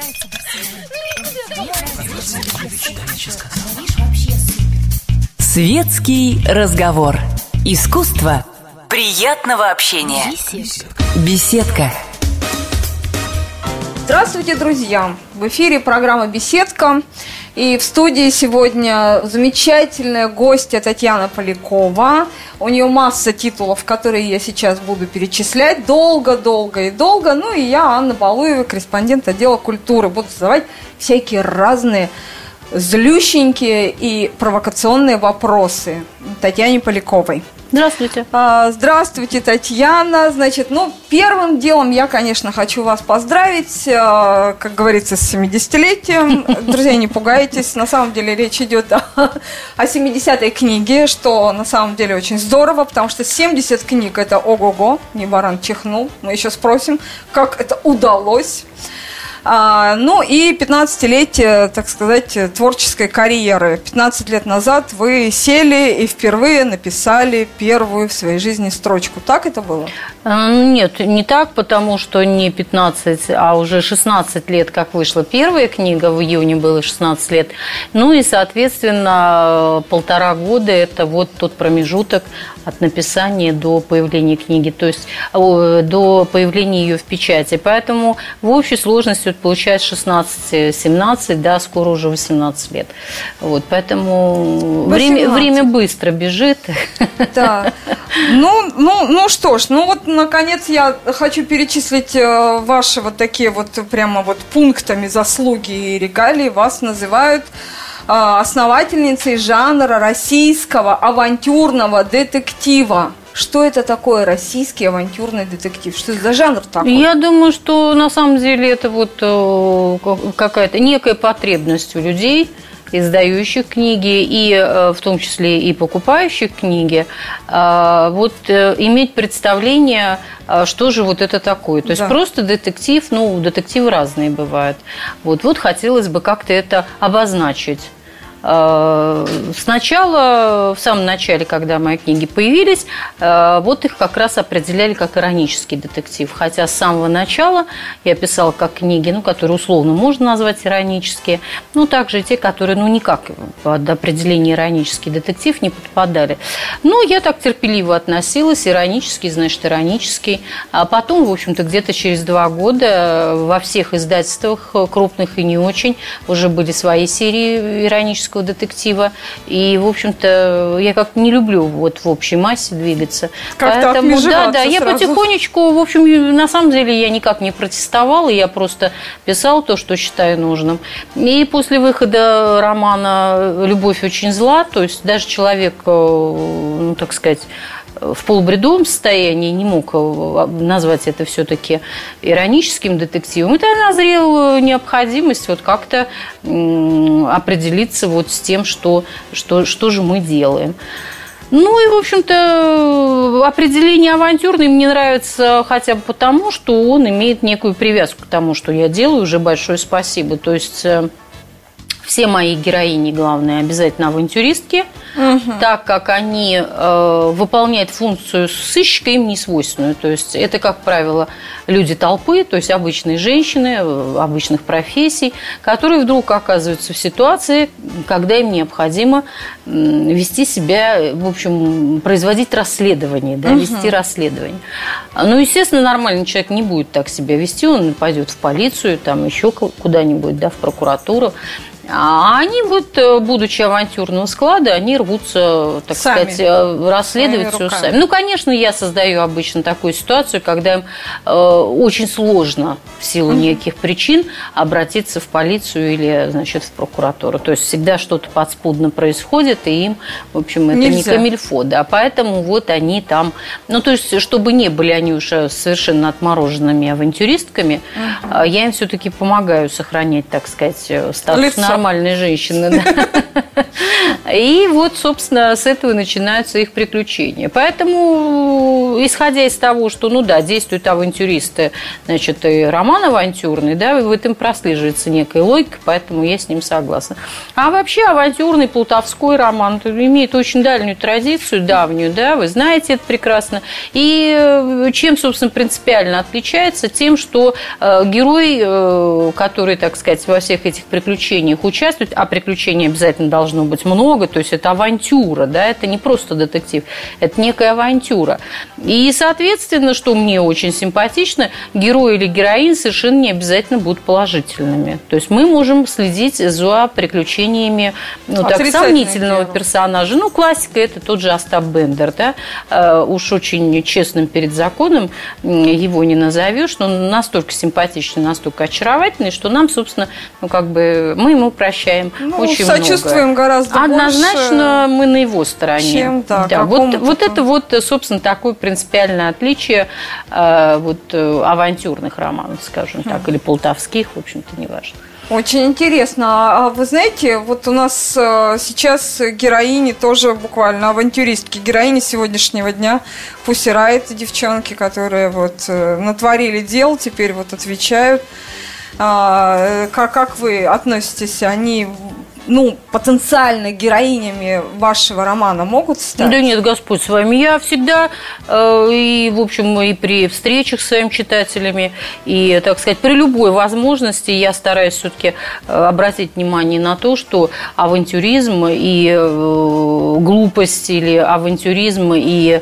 Светский разговор. Искусство приятного общения. Беседка. Здравствуйте, друзья! В эфире программа «Беседка». И в студии сегодня замечательная гостья Татьяна Полякова. У нее масса титулов, которые я сейчас буду перечислять. Долго. Ну и я, Анна Балуева, корреспондент отдела культуры. Буду задавать всякие разные злющенькие и провокационные вопросы Татьяне Поляковой. Здравствуйте. Здравствуйте, Татьяна. Значит, первым делом я, конечно, хочу вас поздравить, как говорится, с 70-летием. Друзья, не пугайтесь, на самом деле речь идет о 70-й книге, что на самом деле очень здорово, потому что 70 книг – это ого-го, не баран чихнул. Мы еще спросим, как это удалось. Ну и 15-летие, так сказать, творческой карьеры. 15 лет назад вы сели и впервые написали первую в своей жизни строчку. Так это было? Нет, не так, потому что не 15, а уже 16 лет, как вышла первая книга, в июне было 16 лет. Ну и, соответственно, 1,5 года – это вот тот промежуток от написания до появления книги, то есть до появления ее в печати. Поэтому в общей сложности получается 16-17, да, скоро уже 18 лет. Вот, поэтому время быстро бежит. Да. Ну что ж, наконец я хочу перечислить ваши вот такие вот прямо вот пунктами заслуги и регалии. Вас называют основательницей жанра российского авантюрного детектива. Что это такое российский авантюрный детектив? Что это за жанр такой? Я думаю, что на самом деле это вот какая-то некая потребность у людей, издающих книги, и в том числе и покупающих книги, вот иметь представление, что же вот это такое. То есть просто детектив, детективы разные бывают. Вот хотелось бы как-то это обозначить. Сначала, в самом начале, когда мои книги появились, вот их как раз определяли как иронический детектив. Хотя с самого начала я писала как книги, которые условно можно назвать иронические, но также и те, которые никак под определение иронический детектив не подпадали. Но я так терпеливо относилась, иронический, значит, иронический. А потом, в общем-то, где-то через 2 года во всех издательствах, крупных и не очень, уже были свои серии иронического детектива. И, в общем-то, я как-то не люблю вот в общей массе двигаться. Как-то отмежеваться я сразу. Потихонечку, в общем, на самом деле я никак не протестовала, я просто писала то, что считаю нужным. И после выхода романа «Любовь очень зла», то есть даже человек, так сказать, в полубредовом состоянии не мог назвать это все-таки ироническим детективом. И тогда назрела необходимость вот как-то определиться вот с тем, что же мы делаем. Ну и, в общем-то, определение авантюрный мне нравится хотя бы потому, что он имеет некую привязку к тому, что я делаю. Уже большое спасибо. То есть все мои героини, главное, обязательно авантюристки, так как они выполняют функцию сыщика, им не свойственную. То есть это, как правило, люди толпы, то есть обычные женщины, обычных профессий, которые вдруг оказываются в ситуации, когда им необходимо вести себя, в общем, производить расследование, вести расследование. Ну, естественно, нормальный человек не будет так себя вести, он пойдет в полицию, там еще куда-нибудь, в прокуратуру. А они, будучи авантюрного склада, они рвутся, так сказать, расследовать все сами. Ну, конечно, я создаю обычно такую ситуацию, когда им очень сложно в силу неких причин обратиться в полицию или, значит, в прокуратуру. То есть всегда что-то подспудно происходит, и им, в общем, это не камильфо. Да, поэтому вот они там... то есть, чтобы не были они уже совершенно отмороженными авантюристками, я им все-таки помогаю сохранять, так сказать, статус нормальной женщины. И вот, собственно, с этого начинаются их приключения. Поэтому исходя из того, что, ну да, действуют авантюристы, значит, и роман авантюрный, да, в этом прослеживается некая логика, поэтому я с ним согласна. А вообще авантюрный плутовской роман имеет очень дальнюю традицию, давнюю, да, вы знаете это прекрасно. И чем, собственно, принципиально отличается? Тем, что герой, который, так сказать, во всех этих приключениях участвует, а приключений обязательно должно быть много, то есть это авантюра, да, это не просто детектив, это некая авантюра. И, соответственно, что мне очень симпатично, герой или героинь совершенно не обязательно будут положительными. То есть мы можем следить за приключениями, ну, так, сомнительного персонажа. Ну, классика – это тот же Остап Бендер, да, уж очень честным перед законом его не назовешь, но он настолько симпатичный, настолько очаровательный, что нам, собственно, ну, как бы, мы ему прощаем очень много. Сочувствуем гораздо Однозначно больше, мы на его стороне. Чем, да, вот это вот, собственно, такое принципиальное отличие вот, авантюрных романов, скажем так, или полтавских, в общем-то, неважно. Очень интересно. А вы знаете, вот у нас сейчас героини тоже буквально авантюристки, героини сегодняшнего дня, Pussy Riot, девчонки, которые вот натворили дел, теперь вот отвечают. Как вы относитесь? Они, ну, потенциально героинями вашего романа могут стать? Да нет, Господь с вами. Я всегда, и, в общем, и при встречах с своими читателями, и, так сказать, при любой возможности я стараюсь все-таки обратить внимание на то, что авантюризм и глупость, или авантюризм и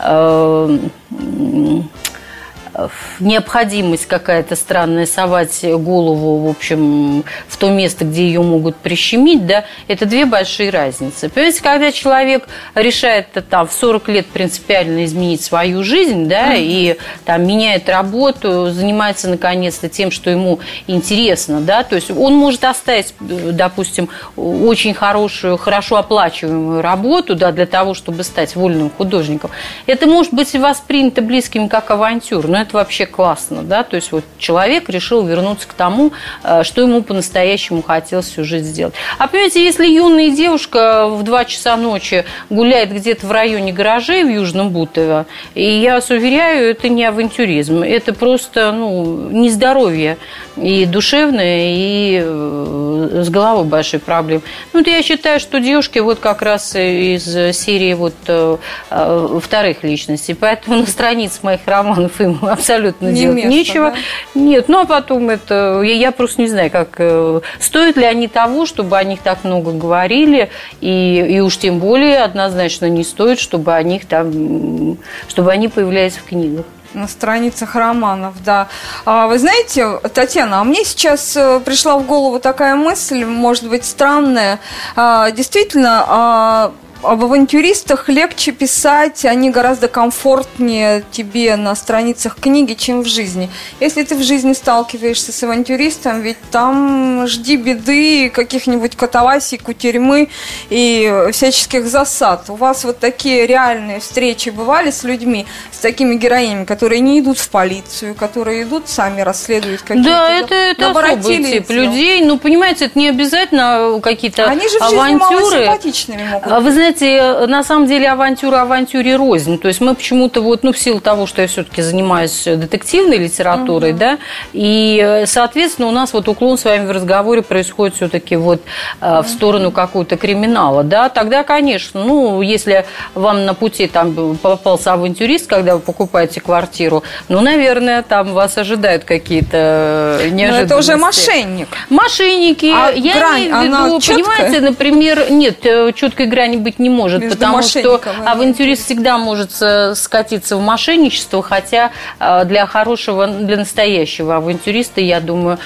необходимость какая-то странная совать голову, в общем, в то место, где ее могут прищемить, да, это две большие разницы. Понимаете, когда человек решает там в 40 лет принципиально изменить свою жизнь, да, и там меняет работу, занимается наконец-то тем, что ему интересно, да, то есть он может оставить, допустим, очень хорошую, хорошо оплачиваемую работу, да, для того, чтобы стать вольным художником. Это может быть воспринято близкими как авантюр, но это вообще классно, да, то есть вот человек решил вернуться к тому, что ему по-настоящему хотелось всю жизнь сделать. А понимаете, если юная девушка в 2 часа ночи гуляет где-то в районе гаражей в Южном Бутово, и я вас уверяю, это не авантюризм, это просто, ну, нездоровье и душевное, и с головой большие проблемы. Ну, вот я считаю, что девушки вот как раз из серии вот вторых личностей, поэтому на странице моих романов им абсолютно делать нечего. Да? Нет, ну а потом это... Я просто не знаю, как... Стоят ли они того, чтобы о них так много говорили, и уж тем более однозначно не стоит, чтобы о них там... Чтобы они появлялись в книгах. На страницах романов, да. Вы знаете, Татьяна, а мне сейчас пришла в голову такая мысль, может быть, странная. Действительно, об авантюристах легче писать, они гораздо комфортнее тебе на страницах книги, чем в жизни. Если ты в жизни сталкиваешься с авантюристом, ведь там жди беды, каких-нибудь катавасий, кутерьмы и всяческих засад. У вас вот такие реальные встречи бывали с людьми, с такими героинями, которые не идут в полицию, которые идут, сами расследуют какие-то... Да, это особый тип людей. Ну, понимаете, это не обязательно какие-то авантюры. Они же в жизни мало симпатичными могут быть. Вы знаете, на самом деле авантюра авантюре рознь. То есть мы почему-то вот, ну, в силу того, что я все-таки занимаюсь детективной литературой, да, и, соответственно, у нас вот уклон с вами в разговоре происходит все-таки вот в сторону какого-то криминала, да. Тогда, конечно, ну, если вам на пути там попался авантюрист, когда вы покупаете квартиру, ну, наверное, там вас ожидают какие-то неожиданности. Но это уже мошенник. Мошенники. Я грань, имею в виду, понимаете, например, нет, четкой грани быть не может, между потому что авантюрист всегда может скатиться в мошенничество, хотя для хорошего, для настоящего авантюриста, я думаю,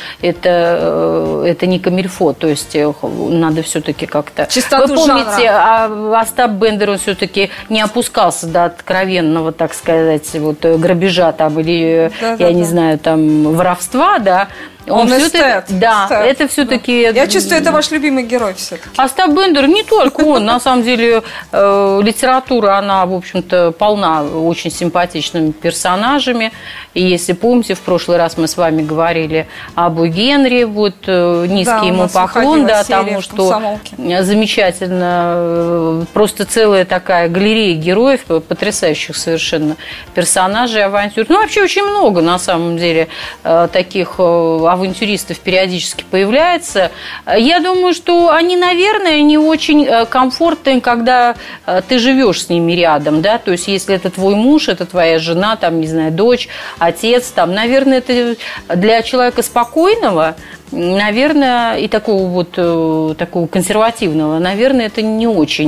это не камильфо, то есть надо все-таки как-то... Чистоту Вы помните, Остап Бендер, он все-таки не опускался до откровенного, так сказать, вот, грабежа там, или, не знаю, там, воровства, да, Он эстет. Да, эстет. это все-таки... Да. Я чувствую, это ваш любимый герой все-таки. Остап Бендер не только он. На самом деле литература, она, в общем-то, полна очень симпатичными персонажами. И если помните, в прошлый раз мы с вами говорили об Генри, вот низкий ему поклон, да, тому, что замечательно, просто целая такая галерея героев, потрясающих совершенно персонажей, авантюр. Ну, вообще очень много, на самом деле, таких авантюристов периодически появляется. Я думаю, что они, наверное, не очень комфортны, когда ты живешь с ними рядом, да, то есть если это твой муж, это твоя жена, там, не знаю, дочь, отец, там, наверное, это для человека спокойного, наверное, и такого консервативного, наверное, это не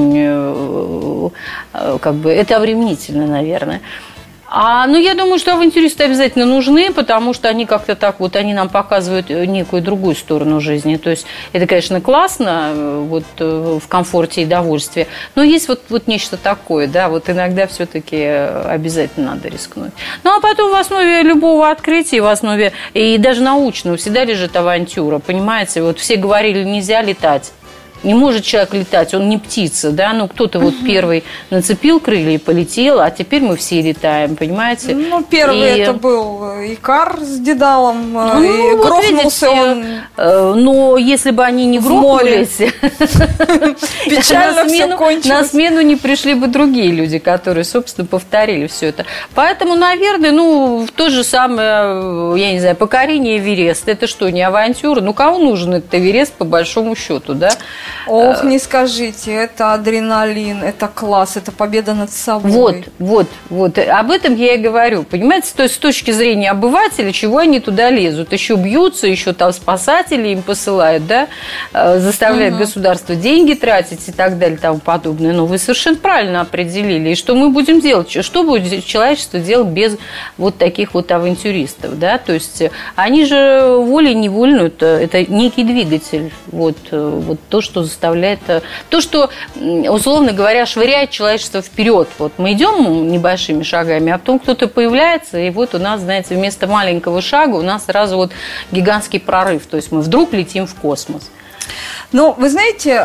очень, как бы, это обременительно, наверное. Ну, я думаю, что авантюристы обязательно нужны, потому что они как-то так вот, они нам показывают некую другую сторону жизни. То есть это, конечно, классно вот в комфорте и довольстве, но есть вот нечто такое, да, вот иногда все-таки обязательно надо рискнуть. Ну, а потом в основе любого открытия, в основе и даже научного всегда лежит авантюра, понимаете? Вот все говорили, нельзя летать. Не может человек летать, он не птица, да, ну кто-то вот первый нацепил крылья и полетел, а теперь мы все летаем, понимаете? Ну, первый это был Икар с Дедалом, и вот грохнулся видите, он. Но если бы они не грохнулись, печально все кончилось. На смену не пришли бы другие люди, которые, собственно, повторили все это. Поэтому, наверное, ну, то же самое, я не знаю, покорение Эвереста, это что, не авантюра? Ну, кому нужен этот Эверест, по большому счету, да? Ох, не скажите, это адреналин, это класс, это победа над собой. Вот, об этом я и говорю, понимаете, то есть с точки зрения обывателя, чего они туда лезут, еще бьются, еще там спасатели им посылают, да, заставляют государство деньги тратить и так далее, и тому подобное. Но вы совершенно правильно определили, и что мы будем делать, что будет человечество делать без вот таких вот авантюристов, да, то есть они же волей-невольно, это некий двигатель, вот то, что заставляет, то, что, условно говоря, швыряет человечество вперед. Вот мы идем небольшими шагами, а потом кто-то появляется, и вот у нас, знаете, вместо маленького шага у нас сразу вот гигантский прорыв, то есть мы вдруг летим в космос. Ну, вы знаете,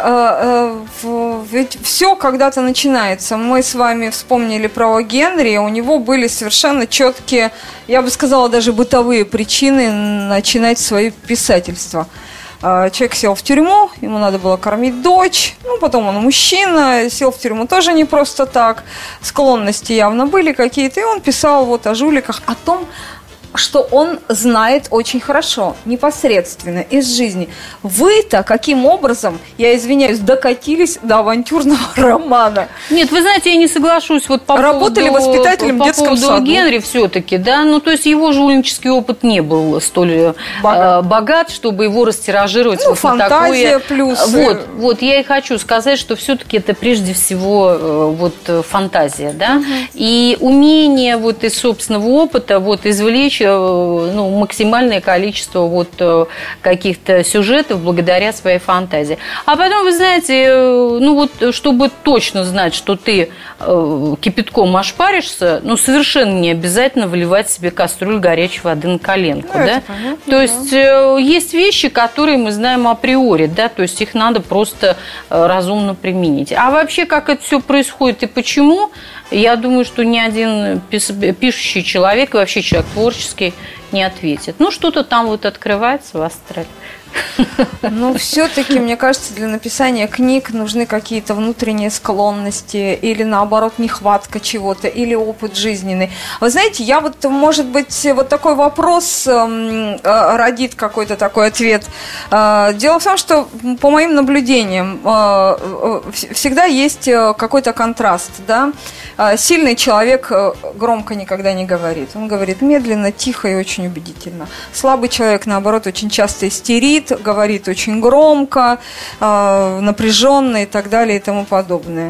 ведь все когда-то начинается. Мы с вами вспомнили про Генри, у него были совершенно четкие, я бы сказала, даже бытовые причины начинать свое писательство. Человек сел в тюрьму, ему надо было кормить дочь, ну, потом он мужчина, сел в тюрьму тоже не просто так, склонности явно были какие-то, и он писал вот о жуликах, о том, что он знает очень хорошо, непосредственно, из жизни. Вы-то каким образом, я извиняюсь, докатились до авантюрного романа? Нет, вы знаете, я не соглашусь вот по Работали поводу, воспитателем в детском саду. Генри все-таки, да, ну, то есть его жульнический опыт не был столь богат, чтобы его растиражировать. Ну, вот фантазия такое. плюс. Вот, я и хочу сказать, что все-таки это прежде всего вот фантазия, да, и умение вот из собственного опыта вот извлечь максимальное количество вот каких-то сюжетов благодаря своей фантазии. А потом, вы знаете, ну вот, чтобы точно знать, что ты кипятком ошпаришься, ну, совершенно не обязательно выливать себе кастрюлю горячей воды на коленку, да? Понятно, то есть есть вещи, которые мы знаем априори, да, то есть их надо просто разумно применить. А вообще, как это все происходит и почему, я думаю, что ни один пишущий человек, и вообще человек творческий, не ответит. Ну, что-то там вот открывается в астрале. Ну, все-таки, мне кажется, для написания книг нужны какие-то внутренние склонности или, наоборот, нехватка чего-то, или опыт жизненный. Вы знаете, я вот, может быть, вот такой вопрос родит какой-то такой ответ. Дело в том, что, по моим наблюдениям, всегда есть какой-то контраст, да. Сильный человек громко никогда не говорит. Он говорит медленно, тихо и очень убедительно. Слабый человек, наоборот, очень часто истерит, говорит очень громко, напряженно и так далее и тому подобное.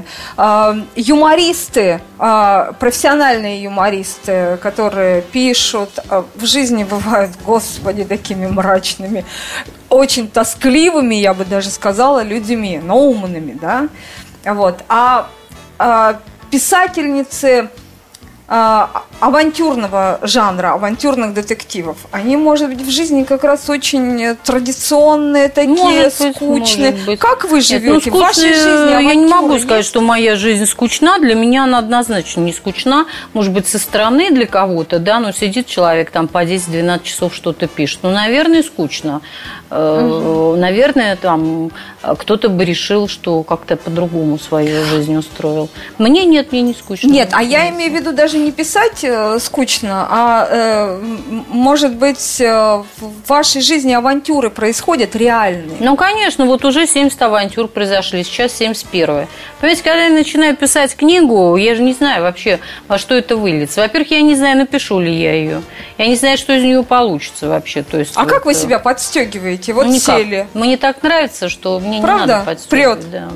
Юмористы, профессиональные юмористы, которые пишут, в жизни бывают, господи, такими мрачными, очень тоскливыми, я бы даже сказала, людьми, но умными, да. Вот. Писательницы авантюрного жанра, авантюрных детективов, они, может быть, в жизни как раз очень традиционные, такие скучные. Может быть. Как вы живете? В вашей жизни я не могу сказать, что моя жизнь скучна. Для меня она однозначно не скучна. Может быть, со стороны для кого-то, да, но сидит человек там по 10-12 часов что-то пишет. Ну, наверное, скучно. Наверное, там кто-то бы решил, что как-то по-другому свою жизнь устроил. Мне нет, мне не скучно. Нет, а я имею в виду даже не писать скучно, а может быть в вашей жизни авантюры происходят реальные. Ну, конечно, вот уже 70 авантюр произошли, сейчас 71. Понимаете, когда я начинаю писать книгу, я же не знаю вообще, во что это выльется. Во-первых, я не знаю, напишу ли я ее. Я не знаю, что из нее получится вообще. То есть, как вы себя подстегиваете? Вот сели. Мне так нравится, что мне правда? Не надо подстегивать. Да.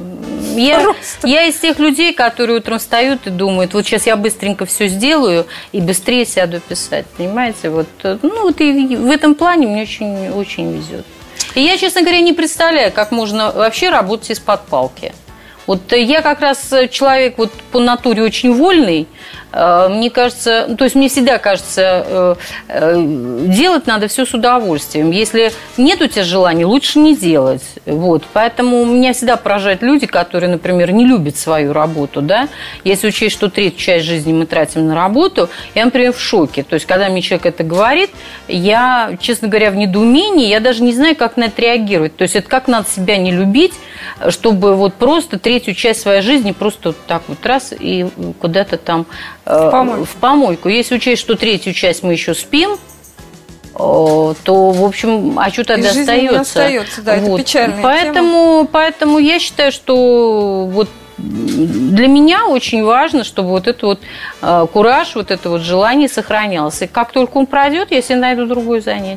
Я из тех людей, которые утром встают и думают, вот сейчас я быстренько все сделаю и быстрее сяду писать. Понимаете? Вот, и в этом плане мне очень, очень везет. И я, честно говоря, не представляю, как можно вообще работать из-под палки. Вот я как раз человек вот по натуре очень вольный. Мне кажется, то есть мне всегда кажется, делать надо все с удовольствием. Если нет у тебя желания, лучше не делать. Вот. Поэтому меня всегда поражают люди, которые, например, не любят свою работу. Да? Если учесть, что третью часть жизни мы тратим на работу, я, например, в шоке. То есть, когда мне человек это говорит, я, честно говоря, в недоумении, я даже не знаю, как на это реагировать. То есть, это как надо себя не любить, чтобы вот просто третью часть своей жизни просто вот так вот раз и куда-то там в помойку. Если учесть, что третью часть мы еще спим, то, в общем, а что тогда остается? Остается, да, вот. Это печальная поэтому я считаю, что вот для меня очень важно, чтобы вот этот вот кураж, вот это вот желание сохранялось. И как только он пройдет, я себе найду другое занятие.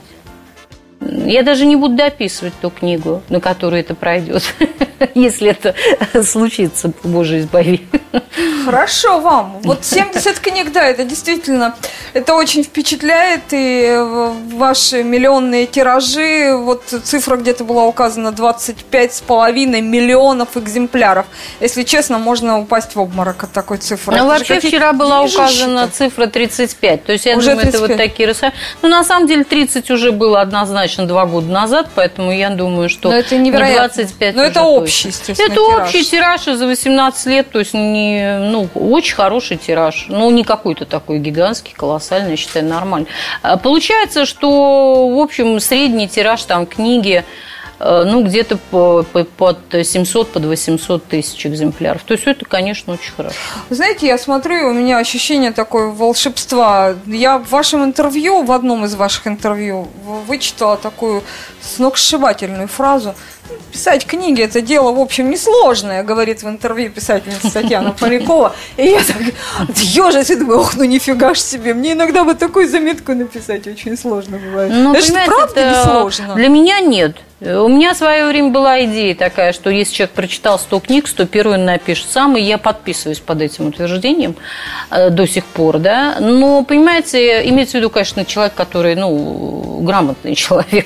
Я даже не буду дописывать ту книгу, на которую это пройдет, если это случится, Боже, избави. Хорошо вам. Вот 70 книг, да, это действительно, это очень впечатляет, и ваши миллионные тиражи, вот цифра где-то была указана 25,5 миллионов экземпляров. Если честно, можно упасть в обморок от такой цифры. Ну, вообще вчера была указана цифра 35, то есть я думаю, 35. Это вот такие рассказы. Ну, на самом деле 30 уже было однозначно 2 года назад, поэтому я думаю, что это невероятно. 25 но это общий, естественно, это тираж. Общий тираж за 18 лет, то есть очень хороший тираж. Ну, не какой-то такой гигантский, колоссальный, я считаю, нормально. Получается, что, в общем, средний тираж там книги где-то под 700, под 800 тысяч экземпляров. То есть это, конечно, очень хорошо. Вы знаете, я смотрю, и у меня ощущение такое волшебства. Я в вашем интервью, в одном из ваших интервью, вычитала такую сногсшибательную фразу. Писать книги – это дело, в общем, несложное, говорит в интервью писательница Татьяна Полякова. И я так ежусь и думаю, нифига ж себе. Мне иногда вот такую заметку написать очень сложно бывает. Это же правда несложно. Для меня нет. У меня в свое время была идея такая, что если человек прочитал 100 книг, 101 он напишет сам, и я подписываюсь под этим утверждением до сих пор, да. Но, понимаете, имеется в виду, конечно, человек, который, грамотный человек.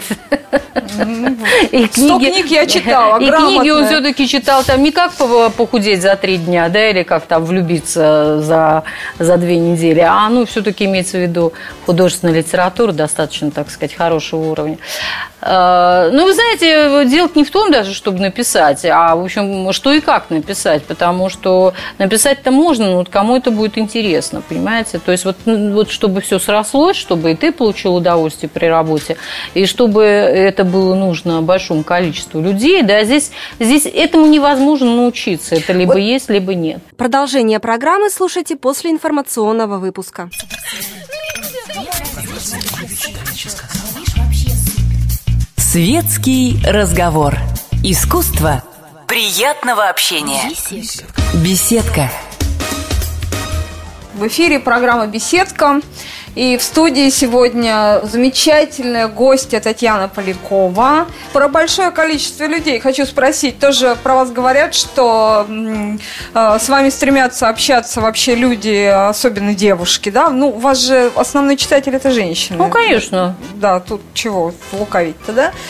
100 книг я читала, и книги он все-таки читал там не как похудеть за 3 дня, да, или как там влюбиться за 2 недели, а все-таки имеется в виду художественная литература достаточно, так сказать, хорошего уровня. Вы знаете, дело не в том даже, чтобы написать, а, в общем, что и как написать, потому что написать-то можно, но кому это будет интересно, понимаете? То есть вот чтобы все срослось, чтобы и ты получил удовольствие при работе, и чтобы это было нужно большому количеству людей, да, здесь этому невозможно научиться, это либо есть, либо нет. Продолжение программы слушайте после информационного выпуска. Светский разговор. Искусство приятного общения. Беседка. В эфире программа «Беседка». И в студии сегодня замечательная гостья Татьяна Полякова. Про большое количество людей хочу спросить. Тоже про вас говорят, что с вами стремятся общаться вообще люди, особенно девушки, да? У вас же основной читатель – это женщины. Ну, конечно. Да, тут чего лукавить-то, да?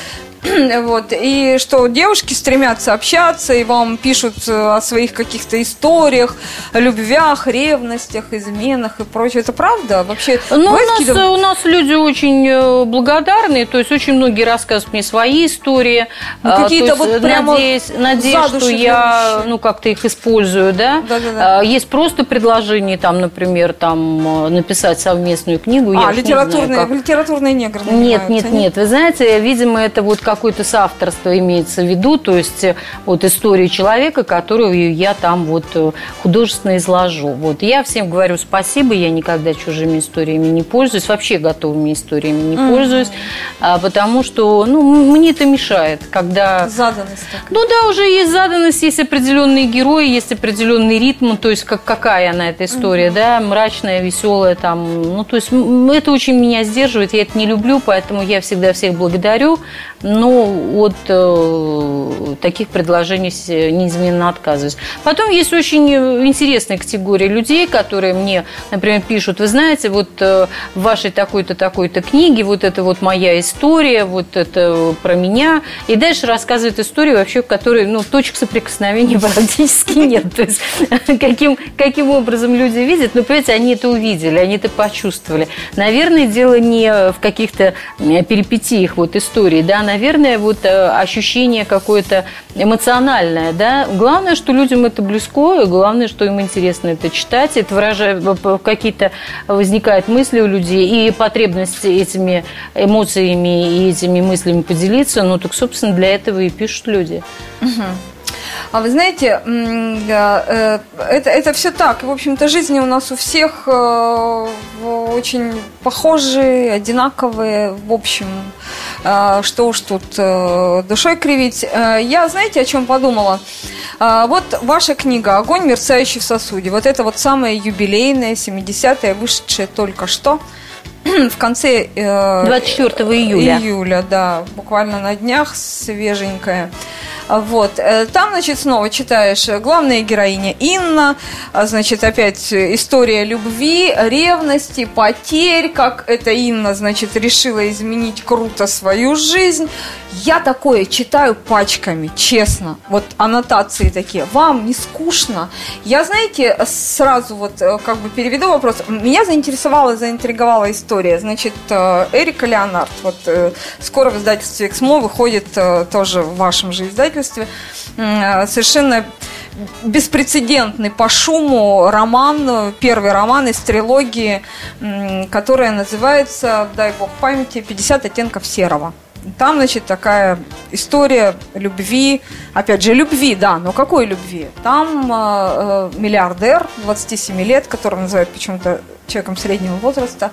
Вот, и что девушки стремятся общаться, и вам пишут о своих каких-то историях, любвях, ревностях, изменах и прочее. Это правда? Вообще, ну, у нас люди очень благодарные, то есть очень многие рассказывают мне свои истории. Ну, какие-то вот прямо надеюсь, что я как-то их использую, да? Да. Есть просто предложение, там, например, там, написать совместную книгу. Литературные негры. Нет. Вы знаете, видимо, это вот какое-то соавторство имеется в виду, то есть вот историю человека, которую я там вот художественно изложу. Вот. Я всем говорю спасибо, я никогда чужими историями не пользуюсь, вообще готовыми историями не пользуюсь, потому что, мне это мешает, когда... Заданность такая. Ну да, уже есть заданность, есть определенные герои, есть определенный ритм, то есть какая она эта история, да, мрачная, веселая, там, то есть это очень меня сдерживает, я это не люблю, поэтому я всегда всех благодарю, но от таких предложений неизменно отказываюсь. Потом есть очень интересная категория людей, которые мне, например, пишут: вы знаете, вот в вашей такой-то, такой-то книге вот это вот моя история, вот это про меня. И дальше рассказывают историю, вообще, в которой точек соприкосновения практически нет. То есть каким образом люди видят, понимаете, они это увидели, они это почувствовали. Наверное, дело не в каких-то перипетиях вот истории, да, наверное, вот ощущение какое-то эмоциональное, да. Главное, что людям это близко, и главное, что им интересно это читать, это выражает, какие-то возникают мысли у людей, и потребность этими эмоциями и этими мыслями поделиться, так, собственно, для этого и пишут люди. А вы знаете, это все так. В общем-то, жизни у нас у всех очень похожие, одинаковые. В общем, что уж тут душой кривить. Я, знаете, о чем подумала? Вот ваша книга «Огонь, мерцающий в сосуде». Вот это вот самая юбилейная, 70-я, вышедшая только что. В конце 24 июля. Июля, да, буквально на днях, свеженькая. Вот. Там, значит, снова читаешь: главная героиня Инна, значит, опять история любви, ревности, потерь, как эта Инна, значит, решила изменить круто свою жизнь. Я такое читаю пачками, честно. Вот аннотации такие. Вам не скучно? Я, знаете, сразу вот как бы переведу вопрос. Меня заинтриговала история. Значит, Эрика Леонард, вот скоро в издательстве «Эксмо» выходит тоже в вашем же издательстве совершенно беспрецедентный по шуму роман, первый роман из трилогии, которая называется, дай бог памяти, «50 оттенков серого». Там, значит, такая история любви, опять же, любви, да, но какой любви? Там миллиардер 27 лет, которого называют почему-то человеком среднего возраста,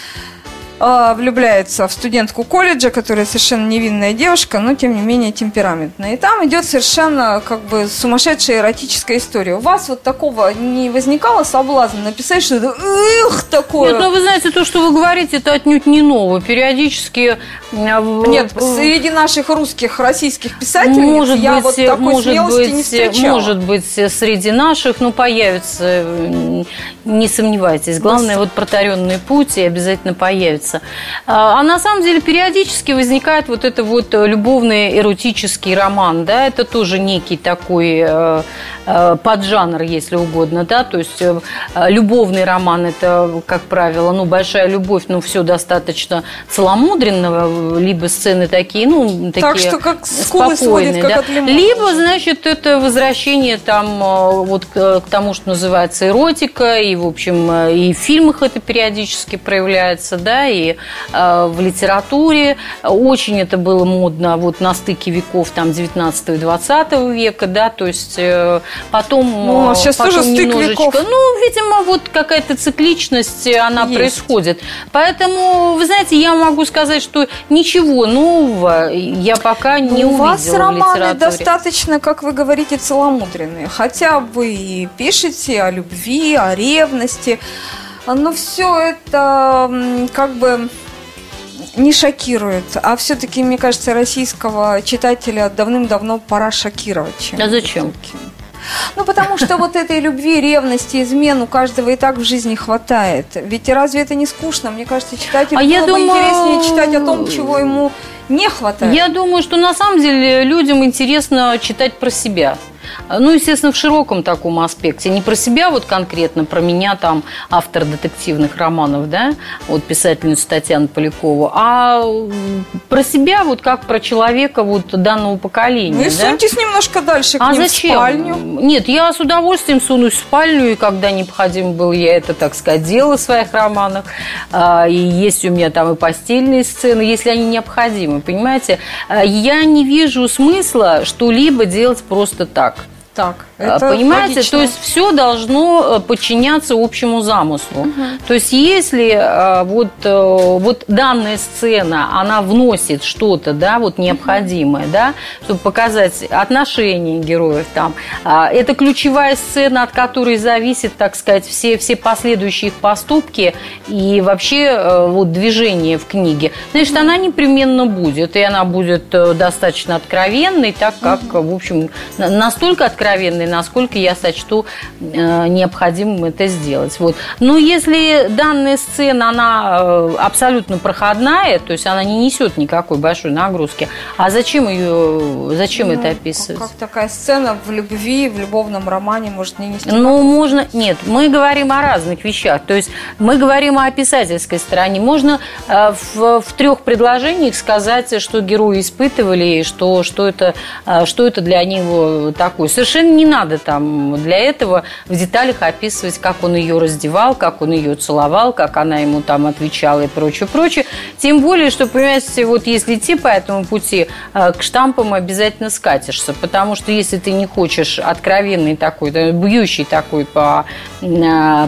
влюбляется в студентку колледжа, которая совершенно невинная девушка, но, тем не менее, темпераментная. И там идет совершенно, как бы, сумасшедшая эротическая история. У вас вот такого не возникало соблазна написать что-то такое? Нет, вы знаете, то, что вы говорите, это отнюдь не ново. Периодически... Нет, среди наших русских, российских писателей я вот такой смелости не встречала. Может быть, среди наших, появится, не сомневайтесь. Главное, вот протаренный путь, и обязательно появится. А на самом деле периодически возникает вот это вот любовный эротический роман, да, это тоже некий такой поджанр, если угодно, да, то есть любовный роман — это, как правило, большая любовь, все достаточно целомудренного, либо сцены такие, такие так что как скулы сводит, как от лимона. Либо, значит, это возвращение там вот к тому, что называется эротика, и, в общем, и в фильмах это периодически проявляется, да, и в литературе. Очень это было модно вот на стыке веков там 19 и 20 века, да, то есть потом... сейчас потом тоже стык веков. Видимо, вот какая-то цикличность, она происходит. Поэтому, вы знаете, я могу сказать, что ничего нового я пока не увидела в литературе. У вас романы достаточно, как вы говорите, целомудренные. Хотя вы и пишете о любви, о ревности, но все это как бы не шокирует. А все-таки, мне кажется, российского читателя давным-давно пора шокировать. А зачем? Потому что вот этой любви, ревности, измен у каждого и так в жизни хватает. Ведь разве это не скучно? Мне кажется, читателю было бы интереснее читать о том, чего ему не хватает? Я думаю, что на самом деле людям интересно читать про себя. Ну, естественно, в широком таком аспекте. Не про себя вот конкретно, про меня, там, автор детективных романов, да, вот писательницу Татьяну Полякову, а про себя вот как про человека вот данного поколения. Ну и суньтесь немножко дальше к ним зачем? В спальню. Нет, я с удовольствием сунусь в спальню, и когда необходимо было, я это, так сказать, делала в своих романах. И есть у меня там и постельные сцены, если они необходимы, понимаете? Я не вижу смысла что-либо делать просто так. Так, это понимаете, логично. то есть все должно подчиняться общему замыслу. Угу. То есть если вот данная сцена, она вносит что-то, да, вот необходимое, да, чтобы показать отношения героев там, это ключевая сцена, от которой зависит, так сказать, все последующие их поступки и вообще вот движение в книге, значит, она непременно будет, и она будет достаточно откровенной, так как, в общем, настолько откровенной, насколько я сочту необходимым это сделать. Вот. Но если данная сцена, она абсолютно проходная, то есть она не несет никакой большой нагрузки, а зачем это описывать? Как такая сцена в любви, в любовном романе может не нести? Ну, можно... Нет, мы говорим о разных вещах. То есть мы говорим о писательской стороне. Можно в 3 предложениях сказать, что герои испытывали, и что это для него такое. Совершенно не надо там для этого в деталях описывать, как он ее раздевал, как он ее целовал, как она ему там отвечала и прочее, прочее. Тем более, что, понимаете, вот если идти по этому пути, к штампам обязательно скатишься, потому что если ты не хочешь откровенный такой, бьющий такой по ну,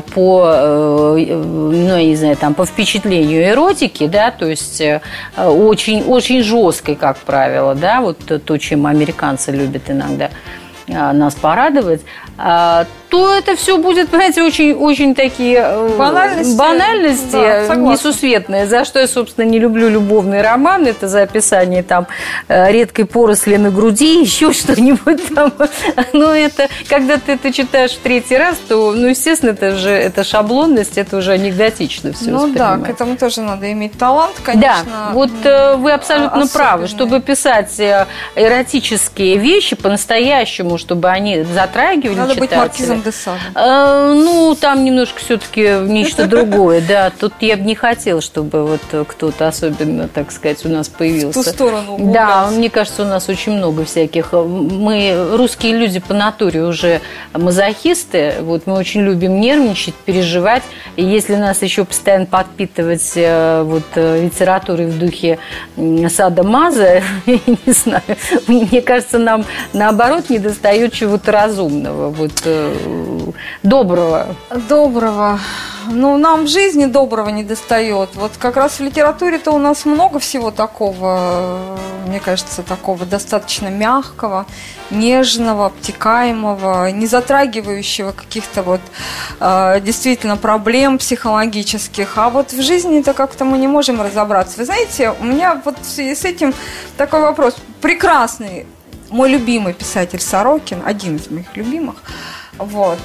я не знаю, там, по впечатлению эротики, да, то есть очень, очень жесткой, как правило, да, вот то, чем американцы любят иногда нас порадовать, то это все будет, понимаете, очень такие банальности да, несусветные, за что я, собственно, не люблю любовные романы, это за описание там редкой поросли на груди, еще что-нибудь там. Но это, когда ты это читаешь в 3-й раз, то, ну, естественно, это шаблонность, это уже анекдотично все воспринимать. Да, к этому тоже надо иметь талант, конечно. Да, вот вы абсолютно правы, чтобы писать эротические вещи по-настоящему, чтобы они затрагивали надо читателя. Быть Маркизом де Садом. Ну, там немножко все-таки нечто другое, да. Тут я бы не хотела, чтобы вот кто-то особенно, так сказать, у нас появился. В ту сторону. Да, мне кажется, у нас очень много всяких. Мы, русские люди по натуре уже мазохисты, вот мы очень любим нервничать, переживать. И если нас еще постоянно подпитывать вот литературой в духе Сада Маза, я не знаю, мне кажется, нам наоборот недостает чего-то разумного, вот доброго. Доброго. Ну, нам в жизни доброго не достает. Вот как раз в литературе-то у нас много всего такого, мне кажется, такого достаточно мягкого, нежного, обтекаемого, не затрагивающего каких-то вот действительно проблем психологических. А вот в жизни-то как-то мы не можем разобраться. Вы знаете, у меня вот в связи с этим такой вопрос. Прекрасный мой любимый писатель Сорокин, один из моих любимых, вот,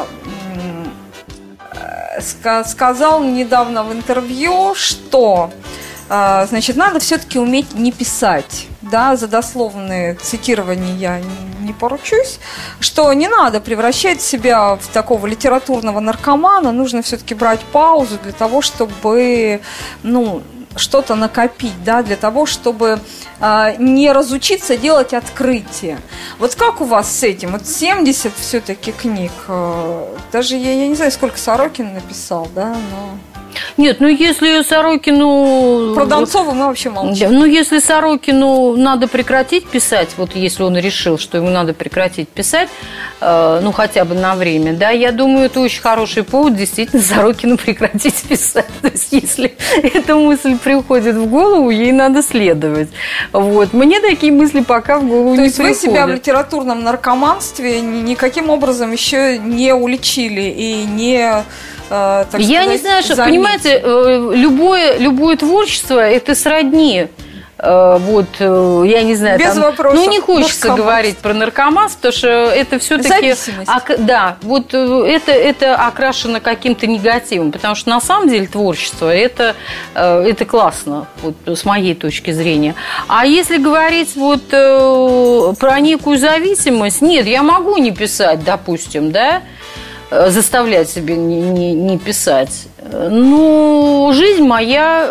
сказал недавно в интервью, что, значит, надо все-таки уметь не писать. Да, за дословные цитирования я не поручусь, что не надо превращать себя в такого литературного наркомана, нужно все-таки брать паузу для того, чтобы, ну, что-то накопить, да, для того, чтобы не разучиться делать открытия. Вот как у вас с этим? Вот 70 все-таки книг. Даже я не знаю, сколько Сорокин написал, да, но... Нет, ну если Сорокину... Про Донцова мы вообще молчим. Ну, если Сорокину надо прекратить писать, вот если он решил, что ему надо прекратить писать, ну, хотя бы на время, да, я думаю, это очень хороший повод действительно Сорокину прекратить писать. То есть, если эта мысль приходит в голову, ей надо следовать. Вот. Мне такие мысли пока в голову не приходят. То есть, вы себя в литературном наркоманстве никаким образом еще не уличили и не... Я сказать, не знаю, что, понимаете, любое творчество – это сродни вот, я не знаю, без там, вопросов. ну, не хочется говорить про наркоманство, потому что это все-таки... Зависимость. Да, вот это окрашено каким-то негативом, потому что на самом деле творчество это классно, вот, с моей точки зрения. А если говорить вот про некую зависимость, нет, я могу не писать, допустим, да, заставлять себя не писать. Но жизнь моя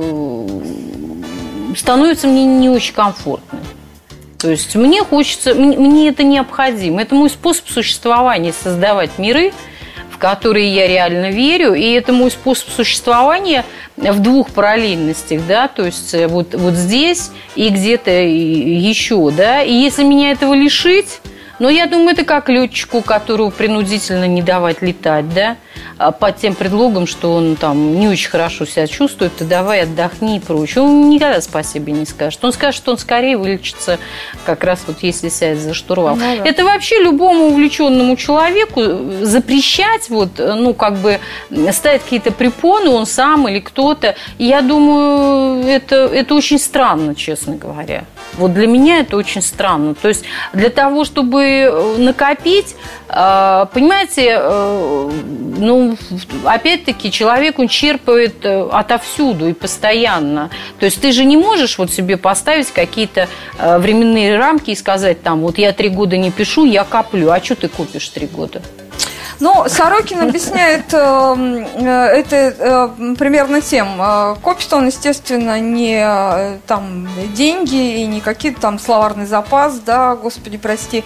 становится мне не очень комфортной. То есть мне хочется, мне это необходимо. Это мой способ существования, создавать миры, в которые я реально верю. И это мой способ существования в двух параллельностях, да, то есть вот здесь и где-то еще, да. И если меня этого лишить, но я думаю, это как летчику, которого принудительно не давать летать, да, под тем предлогом, что он там не очень хорошо себя чувствует, ты давай отдохни и прочее. Он никогда спасибо не скажет. Он скажет, что он скорее вылечится как раз вот если сядет за штурвал. Ну, да. Это вообще любому увлеченному человеку запрещать, вот, ну, как бы ставить какие-то препоны, он сам или кто-то. И я думаю, это очень странно, честно говоря. Вот для меня это очень странно. То есть для того, чтобы накопить, понимаете, ну, опять-таки, человек, он черпает отовсюду и постоянно. То есть ты же не можешь вот себе поставить какие-то временные рамки и сказать, там, вот я 3 года не пишу, я коплю. А что ты купишь 3 года? Ну, Сорокин объясняет это примерно тем. Копит он, естественно, не там деньги и не какие-то там словарный запас, да, господи, прости.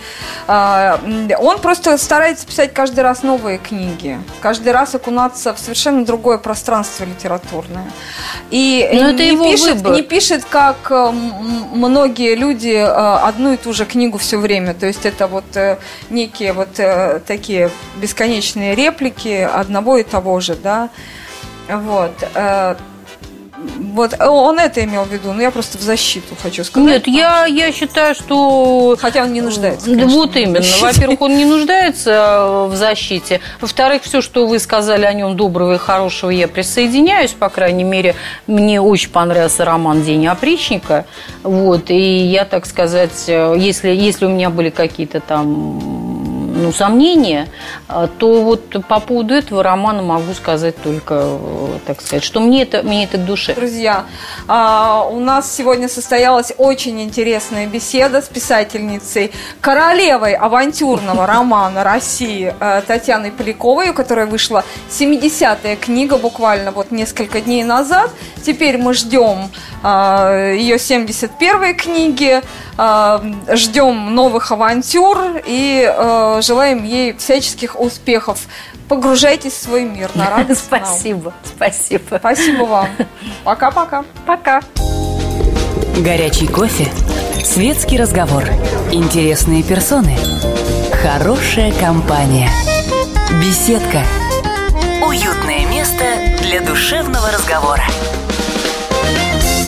Он просто старается писать каждый раз новые книги, каждый раз окунаться в совершенно другое пространство литературное. И не пишет, как многие люди, одну и ту же книгу все время. То есть это вот некие вот такие бесконечные реплики одного и того же, да, вот. Вот он это имел в виду, но я просто в защиту хочу сказать. Нет, я считаю, что... Хотя он не нуждается, конечно. Вот именно. Во-первых, он не нуждается в защите. Во-вторых, все, что вы сказали о нем доброго и хорошего, я присоединяюсь. По крайней мере, мне очень понравился роман «День опричника». Вот. И я, так сказать, если у меня были какие-то там сомнения, то вот по поводу этого романа могу сказать только, так сказать, что мне это к душе. Друзья, у нас сегодня состоялась очень интересная беседа с писательницей, королевой авантюрного романа России Татьяной Поляковой, у которой вышла 70-я книга буквально вот несколько дней назад. Теперь мы ждем ее 71-й книги, ждем новых авантюр и желаем ей всяческих успехов. Погружайтесь в свой мир на радость. Спасибо. Спасибо вам. Пока-пока. Пока. Горячий кофе, светский разговор, интересные персоны, хорошая компания, беседка, уютное место для душевного разговора.